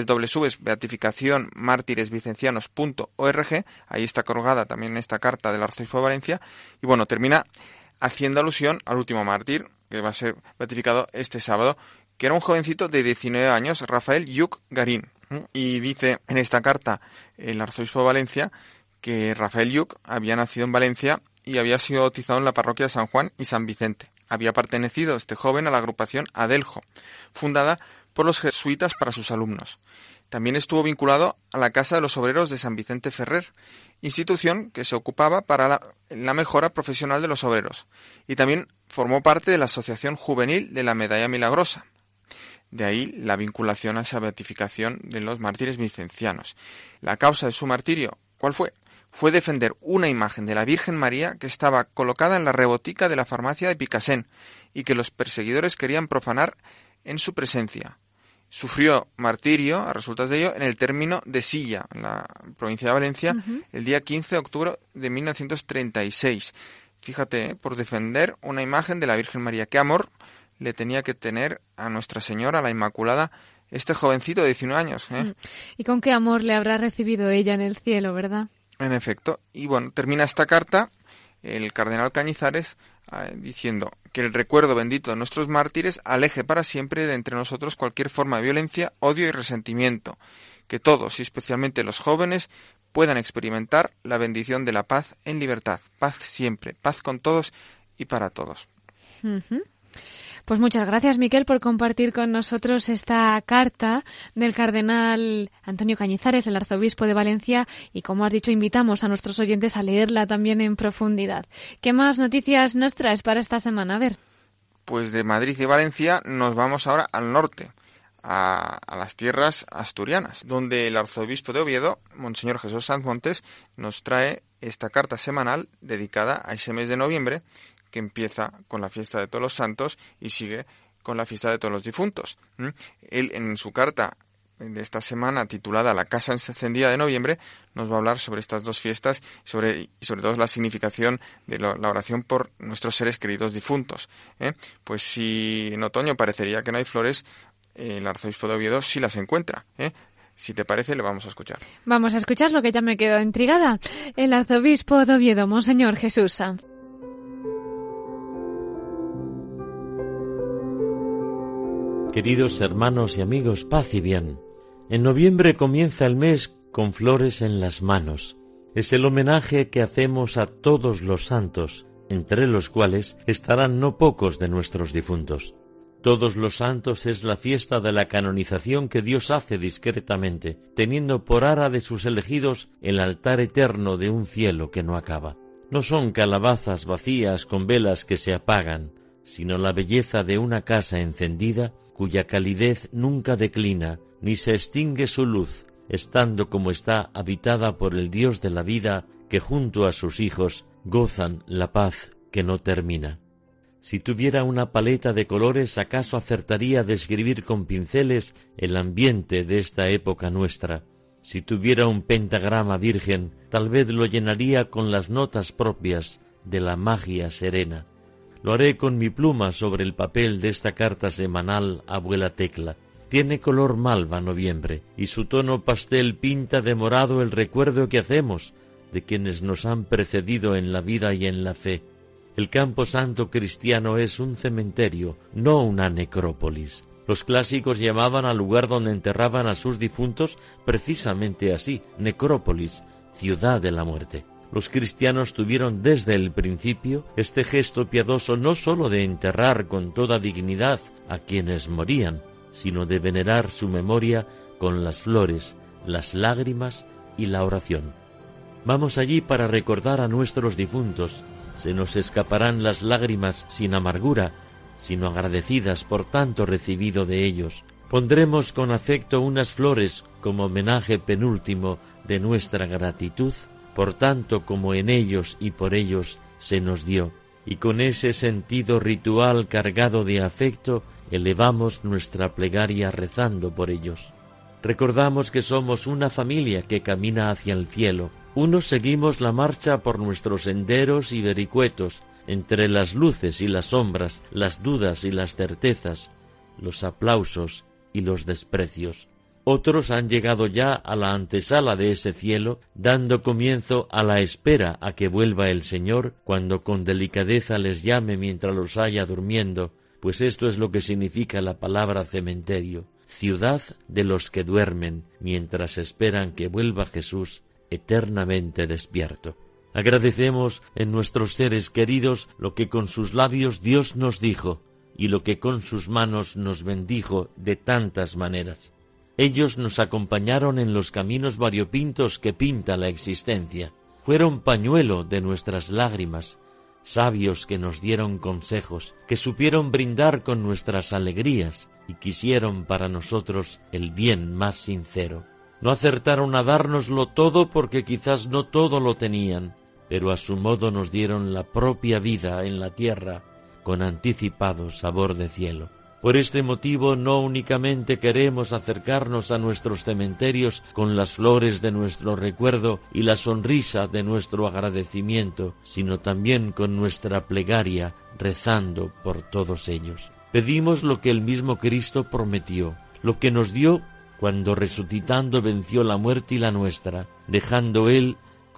www.beatificacionmartiresvicencianos.org. Ahí está colgada también esta carta del arzobispo de Valencia, y bueno, termina haciendo alusión al último mártir, que va a ser beatificado este sábado, que era un jovencito de 19 años, Rafael Lluch Garín. Y dice en esta carta el arzobispo de Valencia que Rafael Lluch había nacido en Valencia y había sido bautizado en la parroquia de San Juan y San Vicente. Había pertenecido este joven a la agrupación Adeljo, fundada por los jesuitas para sus alumnos. También estuvo vinculado a la Casa de los Obreros de San Vicente Ferrer, institución que se ocupaba para la mejora profesional de los obreros, y también formó parte de la Asociación Juvenil de la Medalla Milagrosa. De ahí la vinculación a esa beatificación de los mártires vicencianos. La causa de su martirio, ¿cuál fue? Fue defender una imagen de la Virgen María que estaba colocada en la rebotica de la farmacia de Picassent y que los perseguidores querían profanar en su presencia. Sufrió martirio, a resultas de ello, en el término de Silla, en la provincia de Valencia, el día 15 de octubre de 1936. Fíjate, por defender una imagen de la Virgen María. Qué amor le tenía que tener a Nuestra Señora, la Inmaculada, este jovencito de 19 años. Y con qué amor le habrá recibido ella en el cielo, ¿verdad? En efecto. Y bueno, termina esta carta el cardenal Cañizares diciendo que el recuerdo bendito de nuestros mártires aleje para siempre de entre nosotros cualquier forma de violencia, odio y resentimiento, que todos, y especialmente los jóvenes, puedan experimentar la bendición de la paz en libertad, paz siempre, paz con todos y para todos. Pues muchas gracias, Miquel, por compartir con nosotros esta carta del cardenal Antonio Cañizares, el arzobispo de Valencia, y como has dicho, invitamos a nuestros oyentes a leerla también en profundidad. ¿Qué más noticias nos traes para esta semana? A ver. Pues de Madrid y Valencia nos vamos ahora al norte, a las tierras asturianas, donde el arzobispo de Oviedo, Monseñor Jesús Sanz Montes, nos trae esta carta semanal dedicada a ese mes de noviembre, que empieza con la fiesta de Todos los Santos y sigue con la fiesta de Todos los Difuntos. Él, en su carta de esta semana, titulada La Casa Encendida de Noviembre, nos va a hablar sobre estas dos fiestas y sobre todo la significación de la oración por nuestros seres queridos difuntos. Pues si en otoño parecería que no hay flores, el arzobispo de Oviedo sí las encuentra. Si te parece, le vamos a escuchar. Vamos a escuchar, lo que ya me quedo intrigada. El arzobispo de Oviedo, Monseñor Jesús Sanz. Queridos hermanos y amigos, paz y bien. En noviembre comienza el mes con flores en las manos. Es el homenaje que hacemos a todos los santos, entre los cuales estarán no pocos de nuestros difuntos. Todos los santos es la fiesta de la canonización que Dios hace discretamente, teniendo por ara de sus elegidos el altar eterno de un cielo que no acaba. No son calabazas vacías con velas que se apagan, sino la belleza de una casa encendida cuya calidez nunca declina, ni se extingue su luz, estando como está habitada por el Dios de la vida, que junto a sus hijos gozan la paz que no termina. Si tuviera una paleta de colores, acaso acertaría a describir con pinceles el ambiente de esta época nuestra. Si tuviera un pentagrama virgen, tal vez lo llenaría con las notas propias de la magia serena. Lo haré con mi pluma sobre el papel de esta carta semanal, abuela Tecla. Tiene color malva noviembre, y su tono pastel pinta de morado el recuerdo que hacemos de quienes nos han precedido en la vida y en la fe. El campo santo cristiano es un cementerio, no una necrópolis. Los clásicos llamaban al lugar donde enterraban a sus difuntos precisamente así, necrópolis, ciudad de la muerte. Los cristianos tuvieron desde el principio este gesto piadoso no sólo de enterrar con toda dignidad a quienes morían, sino de venerar su memoria con las flores, las lágrimas y la oración. Vamos allí para recordar a nuestros difuntos. Se nos escaparán las lágrimas sin amargura, sino agradecidas por tanto recibido de ellos. Pondremos con afecto unas flores como homenaje penúltimo de nuestra gratitud por tanto como en ellos y por ellos se nos dio, y con ese sentido ritual cargado de afecto elevamos nuestra plegaria rezando por ellos. Recordamos que somos una familia que camina hacia el cielo. Unos seguimos la marcha por nuestros senderos y vericuetos, entre las luces y las sombras, las dudas y las certezas, los aplausos y los desprecios. Otros han llegado ya a la antesala de ese cielo, dando comienzo a la espera a que vuelva el Señor, cuando con delicadeza les llame mientras los haya durmiendo, pues esto es lo que significa la palabra cementerio, ciudad de los que duermen, mientras esperan que vuelva Jesús eternamente despierto. Agradecemos en nuestros seres queridos lo que con sus labios Dios nos dijo, y lo que con sus manos nos bendijo de tantas maneras. Ellos nos acompañaron en los caminos variopintos que pinta la existencia. Fueron pañuelo de nuestras lágrimas, sabios que nos dieron consejos, que supieron brindar con nuestras alegrías y quisieron para nosotros el bien más sincero. No acertaron a dárnoslo todo porque quizás no todo lo tenían, pero a su modo nos dieron la propia vida en la tierra con anticipado sabor de cielo. Por este motivo no únicamente queremos acercarnos a nuestros cementerios con las flores de nuestro recuerdo y la sonrisa de nuestro agradecimiento, sino también con nuestra plegaria rezando por todos ellos. Pedimos lo que el mismo Cristo prometió, lo que nos dio cuando resucitando venció la muerte y la nuestra, dejando Él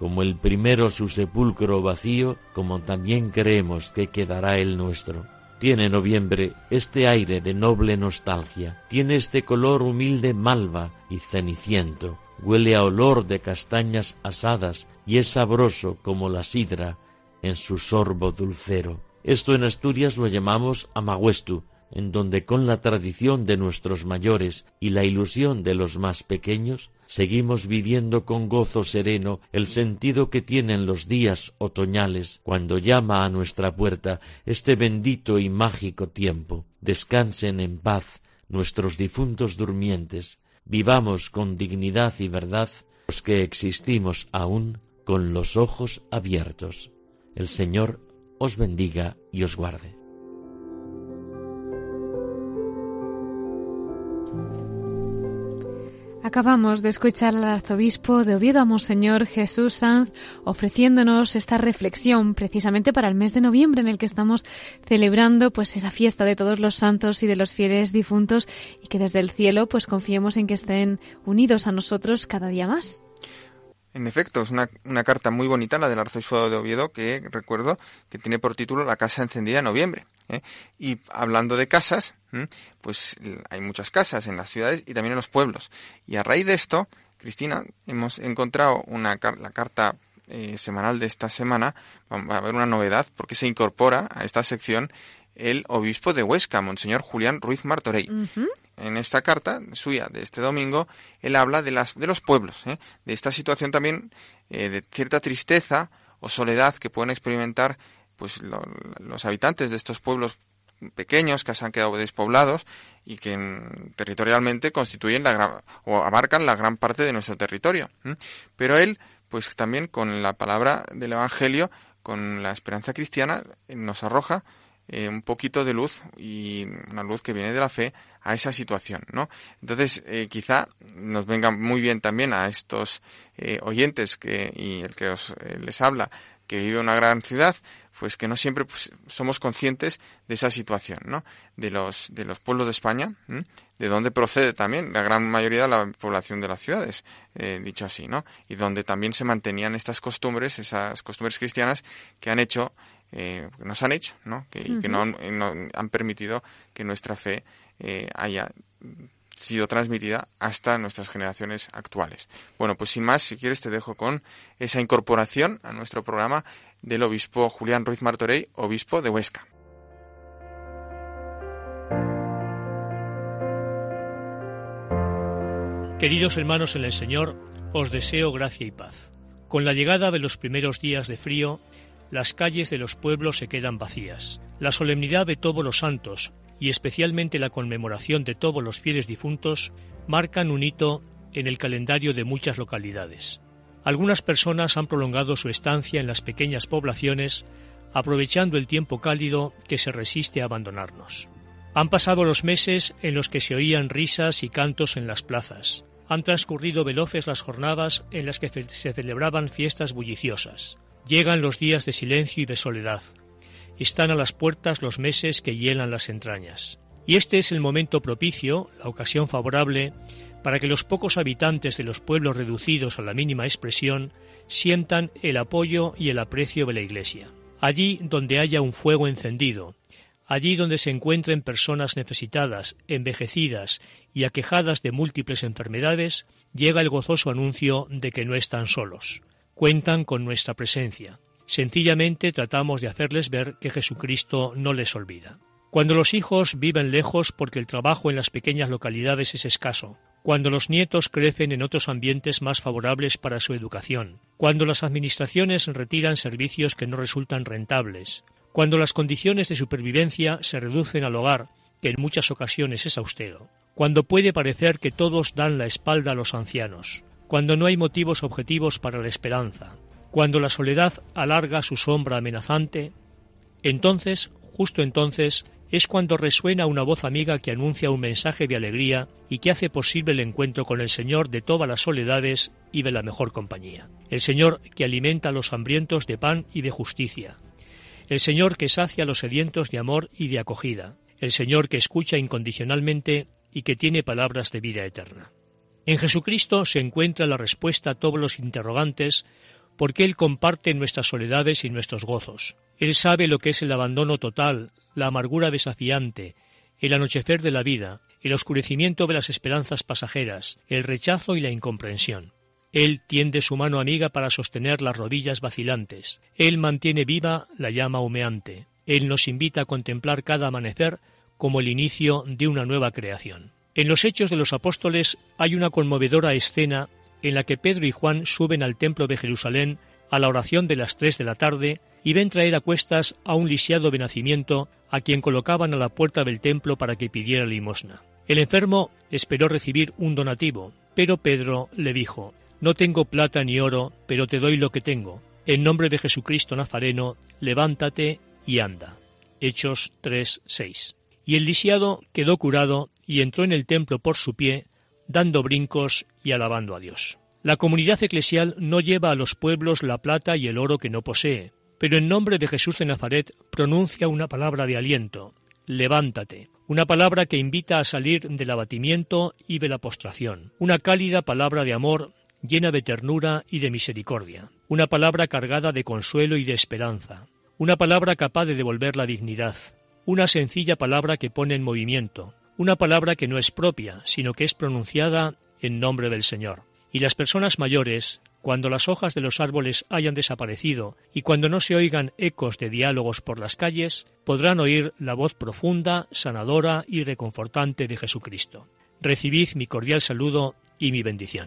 como el primero su sepulcro vacío, como también creemos que quedará el nuestro. Tiene noviembre este aire de noble nostalgia, tiene este color humilde malva y ceniciento, huele a olor de castañas asadas y es sabroso como la sidra en su sorbo dulcero. Esto en Asturias lo llamamos amahuestu, en donde con la tradición de nuestros mayores y la ilusión de los más pequeños, seguimos viviendo con gozo sereno el sentido que tienen los días otoñales cuando llama a nuestra puerta este bendito y mágico tiempo. Descansen en paz nuestros difuntos durmientes, vivamos con dignidad y verdad los que existimos aún con los ojos abiertos. El Señor os bendiga y os guarde. Acabamos de escuchar al arzobispo de Oviedo, a Monseñor Jesús Sanz, ofreciéndonos esta reflexión precisamente para el mes de noviembre, en el que estamos celebrando pues esa fiesta de todos los santos y de los fieles difuntos, y que desde el cielo pues confiemos en que estén unidos a nosotros cada día más. En efecto, es una carta muy bonita, la del arzobispo de Oviedo, que recuerdo que tiene por título La casa encendida en noviembre. Y hablando de casas, pues hay muchas casas en las ciudades y también en los pueblos. Y a raíz de esto, Cristina, hemos encontrado la carta semanal de esta semana. Va a haber una novedad porque se incorpora a esta sección el obispo de Huesca, Monseñor Julián Ruiz Martorell. Uh-huh. En esta carta suya de este domingo, él habla de los pueblos, de esta situación también de cierta tristeza o soledad que pueden experimentar pues los habitantes de estos pueblos pequeños que se han quedado despoblados y que territorialmente constituyen o abarcan la gran parte de nuestro territorio. Pero él, pues también con la palabra del Evangelio, con la esperanza cristiana, nos arroja un poquito de luz, y una luz que viene de la fe, a esa situación, ¿no? Entonces, quizá nos venga muy bien también a estos oyentes y el que les habla, que vive en una gran ciudad, pues que no siempre somos conscientes de esa situación, ¿no? De los pueblos de España, de donde procede también la gran mayoría de la población de las ciudades, dicho así, ¿no? Y donde también se mantenían esas costumbres cristianas que han hecho, nos han hecho, ¿no? Que no han permitido que nuestra fe haya sido transmitida hasta nuestras generaciones actuales. Bueno, pues sin más, si quieres te dejo con esa incorporación a nuestro programa del obispo Julián Ruiz Martorell, obispo de Huesca. Queridos hermanos en el Señor, os deseo gracia y paz. Con la llegada de los primeros días de frío, las calles de los pueblos se quedan vacías. La solemnidad de todos los santos, y especialmente la conmemoración de todos los fieles difuntos, marcan un hito en el calendario de muchas localidades. Algunas personas han prolongado su estancia en las pequeñas poblaciones, aprovechando el tiempo cálido que se resiste a abandonarnos. Han pasado los meses en los que se oían risas y cantos en las plazas. Han transcurrido veloces las jornadas en las que se celebraban fiestas bulliciosas. Llegan los días de silencio y de soledad. Están a las puertas los meses que hielan las entrañas. Y este es el momento propicio, la ocasión favorable, para que los pocos habitantes de los pueblos reducidos a la mínima expresión sientan el apoyo y el aprecio de la Iglesia. Allí donde haya un fuego encendido, allí donde se encuentren personas necesitadas, envejecidas y aquejadas de múltiples enfermedades, llega el gozoso anuncio de que no están solos. Cuentan con nuestra presencia. Sencillamente tratamos de hacerles ver que Jesucristo no les olvida. Cuando los hijos viven lejos porque el trabajo en las pequeñas localidades es escaso, cuando los nietos crecen en otros ambientes más favorables para su educación, cuando las administraciones retiran servicios que no resultan rentables, cuando las condiciones de supervivencia se reducen al hogar, que en muchas ocasiones es austero, cuando puede parecer que todos dan la espalda a los ancianos, cuando no hay motivos objetivos para la esperanza, cuando la soledad alarga su sombra amenazante, entonces, justo entonces, es cuando resuena una voz amiga que anuncia un mensaje de alegría y que hace posible el encuentro con el Señor de todas las soledades y de la mejor compañía. El Señor que alimenta a los hambrientos de pan y de justicia. El Señor que sacia a los sedientos de amor y de acogida. El Señor que escucha incondicionalmente y que tiene palabras de vida eterna. En Jesucristo se encuentra la respuesta a todos los interrogantes porque Él comparte nuestras soledades y nuestros gozos. Él sabe lo que es el abandono total, la amargura desafiante, el anochecer de la vida, el oscurecimiento de las esperanzas pasajeras, el rechazo y la incomprensión. Él tiende su mano amiga para sostener las rodillas vacilantes. Él mantiene viva la llama humeante. Él nos invita a contemplar cada amanecer como el inicio de una nueva creación. En los Hechos de los Apóstoles hay una conmovedora escena en la que Pedro y Juan suben al templo de Jerusalén a la oración de las 3 de la tarde y ven traer a cuestas a un lisiado de nacimiento a quien colocaban a la puerta del templo para que pidiera limosna. El enfermo esperó recibir un donativo, pero Pedro le dijo: «No tengo plata ni oro, pero te doy lo que tengo. En nombre de Jesucristo Nazareno, levántate y anda». Hechos 3:6. Y el lisiado quedó curado y entró en el templo por su pie, dando brincos y alabando a Dios. La comunidad eclesial no lleva a los pueblos la plata y el oro que no posee, pero en nombre de Jesús de Nazaret pronuncia una palabra de aliento: levántate, una palabra que invita a salir del abatimiento y de la postración, una cálida palabra de amor llena de ternura y de misericordia, una palabra cargada de consuelo y de esperanza, una palabra capaz de devolver la dignidad, una sencilla palabra que pone en movimiento, una palabra que no es propia, sino que es pronunciada en nombre del Señor. Y las personas mayores, cuando las hojas de los árboles hayan desaparecido y cuando no se oigan ecos de diálogos por las calles, podrán oír la voz profunda, sanadora y reconfortante de Jesucristo. Recibid mi cordial saludo y mi bendición.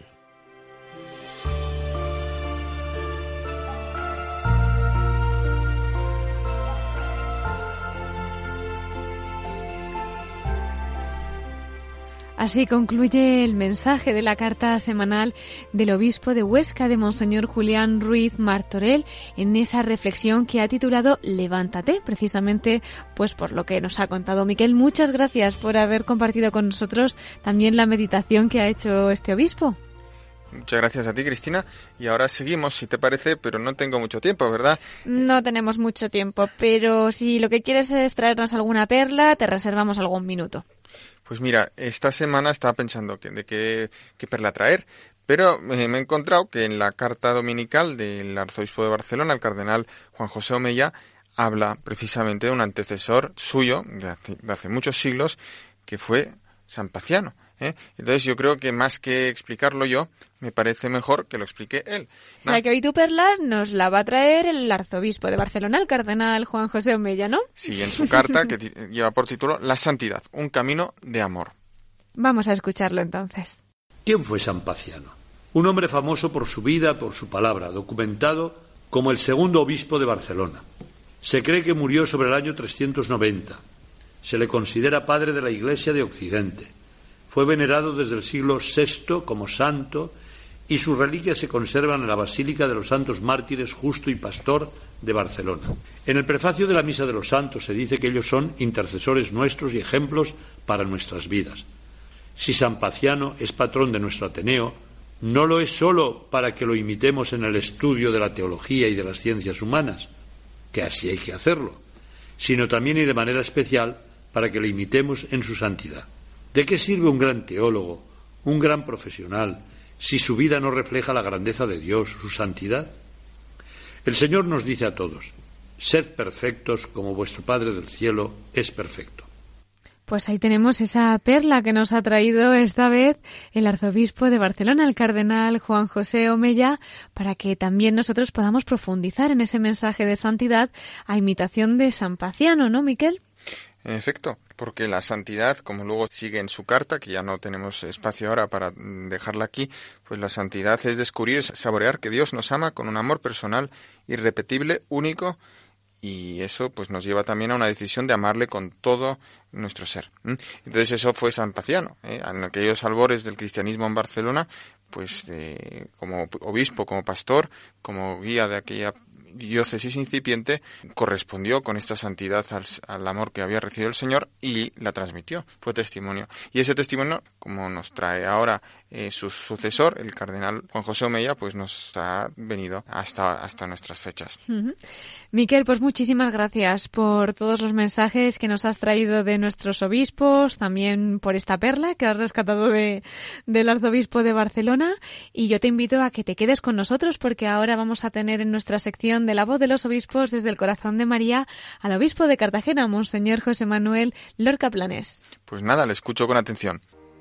Así concluye el mensaje de la carta semanal del obispo de Huesca, de Monseñor Julián Ruiz Martorell, en esa reflexión que ha titulado Levántate, precisamente pues por lo que nos ha contado Miquel. Muchas gracias por haber compartido con nosotros también la meditación que ha hecho este obispo. Muchas gracias a ti, Cristina. Y ahora seguimos, si te parece, pero no tengo mucho tiempo, ¿verdad? No tenemos mucho tiempo, pero si lo que quieres es traernos alguna perla, te reservamos algún minuto. Pues mira, esta semana estaba pensando de qué perla traer, pero me he encontrado que en la carta dominical del arzobispo de Barcelona, el cardenal Juan José Omeya, habla precisamente de un antecesor suyo de hace muchos siglos, que fue San Paciano. Entonces yo creo que más que explicarlo yo, me parece mejor que lo explique él. ¿No? O sea, que hoy tu perla nos la va a traer el arzobispo de Barcelona, el cardenal Juan José Omeya, ¿no? Sí, en su carta, que lleva por título La santidad, un camino de amor. Vamos a escucharlo entonces. ¿Quién fue San Paciano? Un hombre famoso por su vida, por su palabra, documentado como el segundo obispo de Barcelona. Se cree que murió sobre el año 390. Se le considera padre de la Iglesia de Occidente. Fue venerado desde el siglo VI como santo y sus reliquias se conservan en la Basílica de los Santos Mártires Justo y Pastor de Barcelona. En el prefacio de la Misa de los Santos se dice que ellos son intercesores nuestros y ejemplos para nuestras vidas. Si San Paciano es patrón de nuestro Ateneo, no lo es solo para que lo imitemos en el estudio de la teología y de las ciencias humanas, que así hay que hacerlo, sino también y de manera especial para que lo imitemos en su santidad. ¿De qué sirve un gran teólogo, un gran profesional, si su vida no refleja la grandeza de Dios, su santidad? El Señor nos dice a todos: sed perfectos como vuestro Padre del cielo es perfecto. Pues ahí tenemos esa perla que nos ha traído esta vez el arzobispo de Barcelona, el cardenal Juan José Omeya, para que también nosotros podamos profundizar en ese mensaje de santidad a imitación de San Paciano, ¿no, Miquel? En efecto, porque la santidad, como luego sigue en su carta, que ya no tenemos espacio ahora para dejarla aquí, pues la santidad es descubrir, saborear que Dios nos ama con un amor personal, irrepetible, único, y eso pues nos lleva también a una decisión de amarle con todo nuestro ser. Entonces eso fue San Paciano, en aquellos albores del cristianismo en Barcelona, pues como obispo, como pastor, como guía de aquella diócesis incipiente, correspondió con esta santidad al amor que había recibido el Señor y la transmitió, fue testimonio. Y ese testimonio, como nos trae ahora su sucesor, el cardenal Juan José Omeya, pues nos ha venido hasta nuestras fechas. Miquel, pues muchísimas gracias por todos los mensajes que nos has traído de nuestros obispos, también por esta perla que has rescatado del arzobispo de Barcelona, y yo te invito a que te quedes con nosotros porque ahora vamos a tener en nuestra sección de la voz de los obispos desde el corazón de María al obispo de Cartagena, Monseñor José Manuel Lorca Planes. Pues nada, le escucho con atención.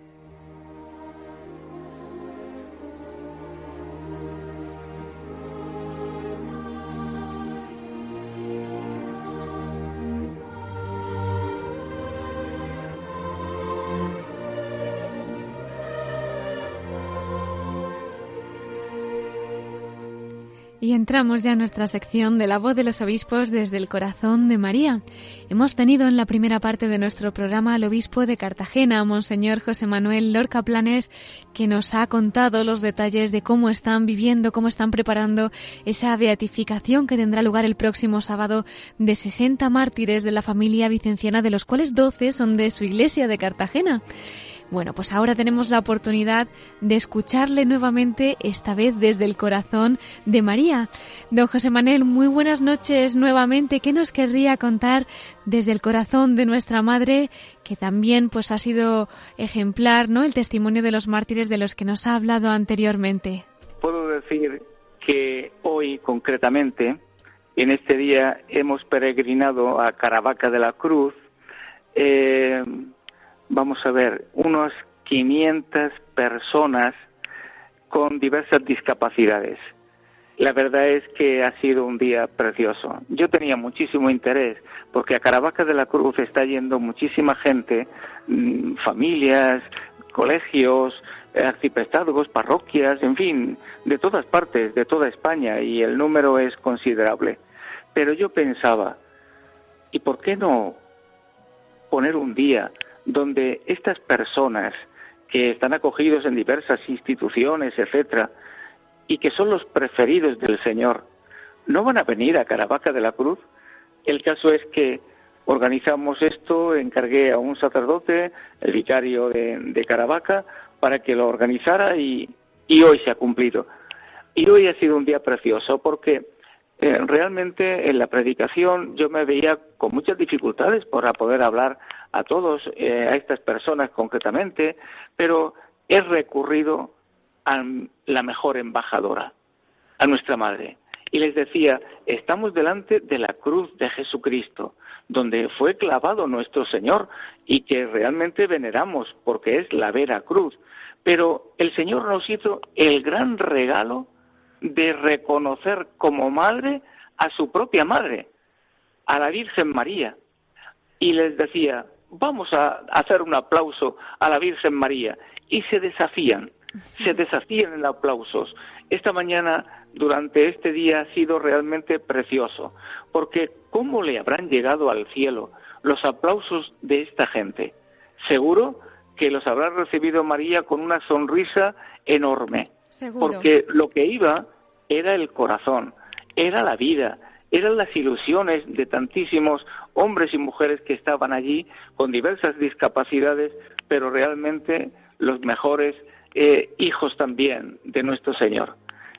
Y entramos ya en nuestra sección de la voz de los obispos desde el corazón de María. Hemos tenido en la primera parte de nuestro programa al obispo de Cartagena, Monseñor José Manuel Lorca Planes, que nos ha contado los detalles de cómo están viviendo, cómo están preparando esa beatificación que tendrá lugar el próximo sábado de 60 mártires de la familia vicenciana, de los cuales 12 son de su iglesia de Cartagena. Bueno, pues ahora tenemos la oportunidad de escucharle nuevamente, esta vez desde el corazón de María. Don José Manuel, muy buenas noches nuevamente. ¿Qué nos querría contar desde el corazón de nuestra Madre, que también pues ha sido ejemplar, ¿no?, el testimonio de los mártires de los que nos ha hablado anteriormente? Puedo decir que hoy, concretamente, en este día, hemos peregrinado a Caravaca de la Cruz, vamos a ver, unas 500 personas con diversas discapacidades. La verdad es que ha sido un día precioso. Yo tenía muchísimo interés porque a Caravaca de la Cruz está yendo muchísima gente, familias, colegios, arciprestazgos, parroquias, en fin, de todas partes, de toda España, y el número es considerable. Pero yo pensaba, ¿y por qué no poner un día donde estas personas que están acogidos en diversas instituciones, etcétera, y que son los preferidos del Señor, no van a venir a Caravaca de la Cruz? El caso es que organizamos esto, encargué a un sacerdote, el vicario de Caravaca, para que lo organizara, y hoy se ha cumplido. Y hoy ha sido un día precioso porque realmente en la predicación yo me veía con muchas dificultades para poder hablar a todos, a estas personas concretamente, pero he recurrido a la mejor embajadora, a nuestra Madre. Y les decía, estamos delante de la cruz de Jesucristo, donde fue clavado nuestro Señor y que realmente veneramos porque es la vera cruz. Pero el Señor nos hizo el gran regalo de reconocer como madre a su propia madre, a la Virgen María. Y les decía, vamos a hacer un aplauso a la Virgen María. Y se desafían en aplausos. Esta mañana, durante este día, ha sido realmente precioso, porque ¿cómo le habrán llegado al cielo los aplausos de esta gente? Seguro que los habrá recibido María con una sonrisa enorme. Seguro. Porque lo que iba era el corazón, era la vida, eran las ilusiones de tantísimos hombres y mujeres que estaban allí con diversas discapacidades, pero realmente los mejores hijos también de nuestro Señor.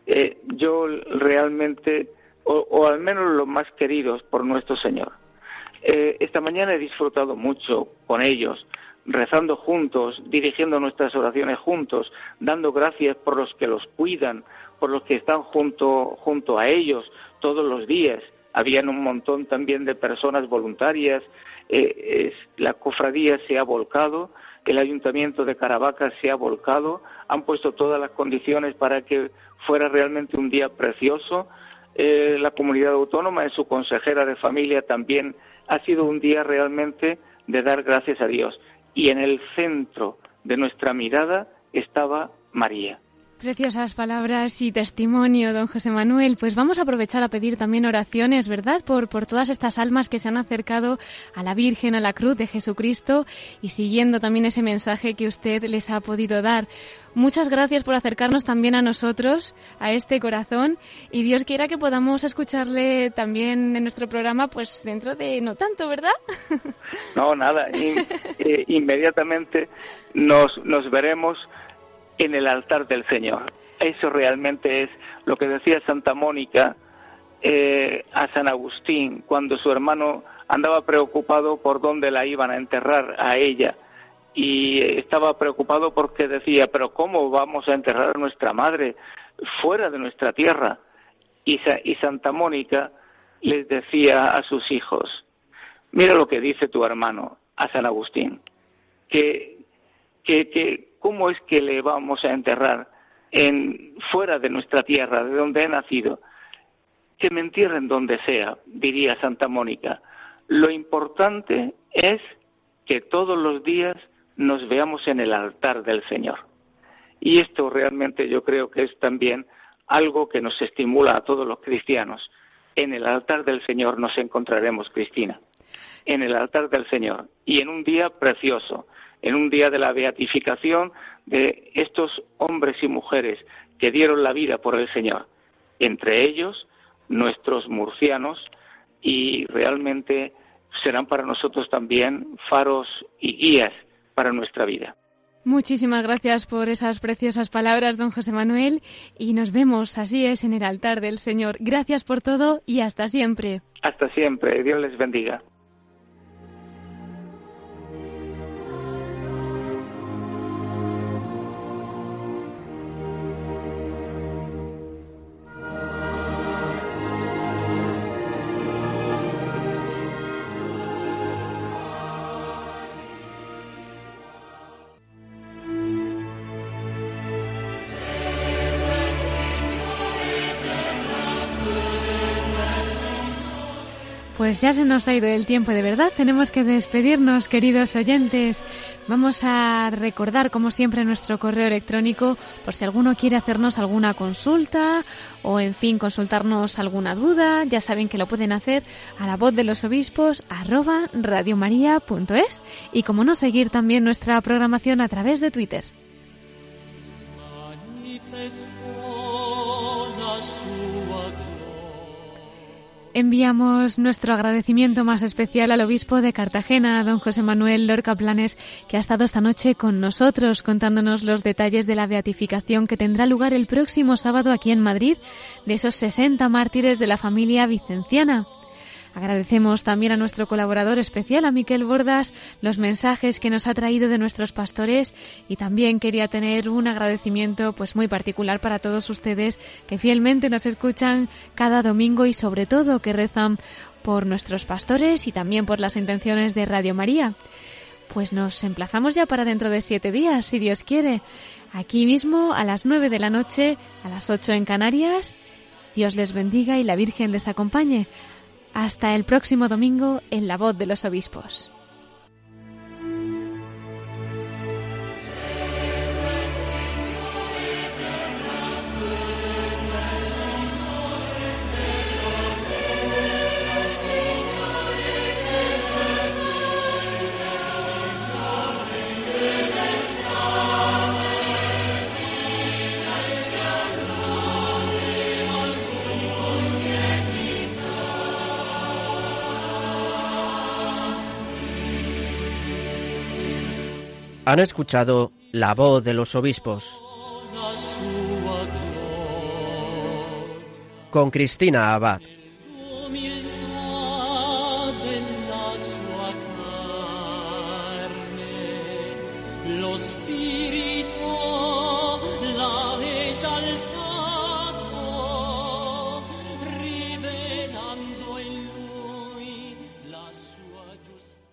Yo realmente, o al menos los más queridos por nuestro Señor. Esta mañana he disfrutado mucho con ellos, rezando juntos, dirigiendo nuestras oraciones juntos, dando gracias por los que los cuidan, por los que están junto a ellos todos los días. Habían un montón también de personas voluntarias, la cofradía se ha volcado, el Ayuntamiento de Caravaca se ha volcado, han puesto todas las condiciones para que fuera realmente un día precioso. La comunidad autónoma, en su consejera de familia, también ha sido un día realmente de dar gracias a Dios. Y en el centro de nuestra mirada estaba María. Preciosas palabras y testimonio, don José Manuel. Pues vamos a aprovechar a pedir también oraciones, ¿verdad?, por todas estas almas que se han acercado a la Virgen, a la cruz de Jesucristo, y siguiendo también ese mensaje que usted les ha podido dar. Muchas gracias por acercarnos también a nosotros, a este corazón, y Dios quiera que podamos escucharle también en nuestro programa, pues dentro de no tanto, ¿verdad? No, nada, inmediatamente nos veremos en el altar del Señor. Eso realmente es lo que decía Santa Mónica a San Agustín cuando su hermano andaba preocupado por dónde la iban a enterrar a ella, y estaba preocupado porque decía, pero ¿cómo vamos a enterrar a nuestra madre fuera de nuestra tierra? Y Santa Mónica les decía a sus hijos, mira lo que dice tu hermano a San Agustín, que ¿cómo es que le vamos a enterrar fuera de nuestra tierra, de donde he nacido? Que me entierren donde sea, diría Santa Mónica. Lo importante es que todos los días nos veamos en el altar del Señor. Y esto realmente yo creo que es también algo que nos estimula a todos los cristianos. En el altar del Señor nos encontraremos, Cristina. En el altar del Señor. Y en un día precioso, en un día de la beatificación de estos hombres y mujeres que dieron la vida por el Señor. Entre ellos, nuestros murcianos, y realmente serán para nosotros también faros y guías para nuestra vida. Muchísimas gracias por esas preciosas palabras, don José Manuel, y nos vemos, así es, en el altar del Señor. Gracias por todo y hasta siempre. Hasta siempre, Dios les bendiga. Pues ya se nos ha ido el tiempo, de verdad. Tenemos que despedirnos, queridos oyentes. Vamos a recordar, como siempre, nuestro correo electrónico por si alguno quiere hacernos alguna consulta o, en fin, consultarnos alguna duda. Ya saben que lo pueden hacer a la voz de los obispos @radiomaria.es, y como no, seguir también nuestra programación a través de Twitter. Enviamos nuestro agradecimiento más especial al obispo de Cartagena, don José Manuel Lorca Planes, que ha estado esta noche con nosotros contándonos los detalles de la beatificación que tendrá lugar el próximo sábado aquí en Madrid, de esos 60 mártires de la familia vicenciana. Agradecemos también a nuestro colaborador especial, a Miquel Bordas, los mensajes que nos ha traído de nuestros pastores, y también quería tener un agradecimiento pues muy particular para todos ustedes que fielmente nos escuchan cada domingo y sobre todo que rezan por nuestros pastores y también por las intenciones de Radio María. Pues nos emplazamos ya para dentro de 7 días, si Dios quiere, aquí mismo a las 9 de la noche, a las 8 en Canarias. Dios les bendiga y la Virgen les acompañe. Hasta el próximo domingo en La Voz de los Obispos. Han escuchado La Voz de los Obispos con Cristina Abad. Los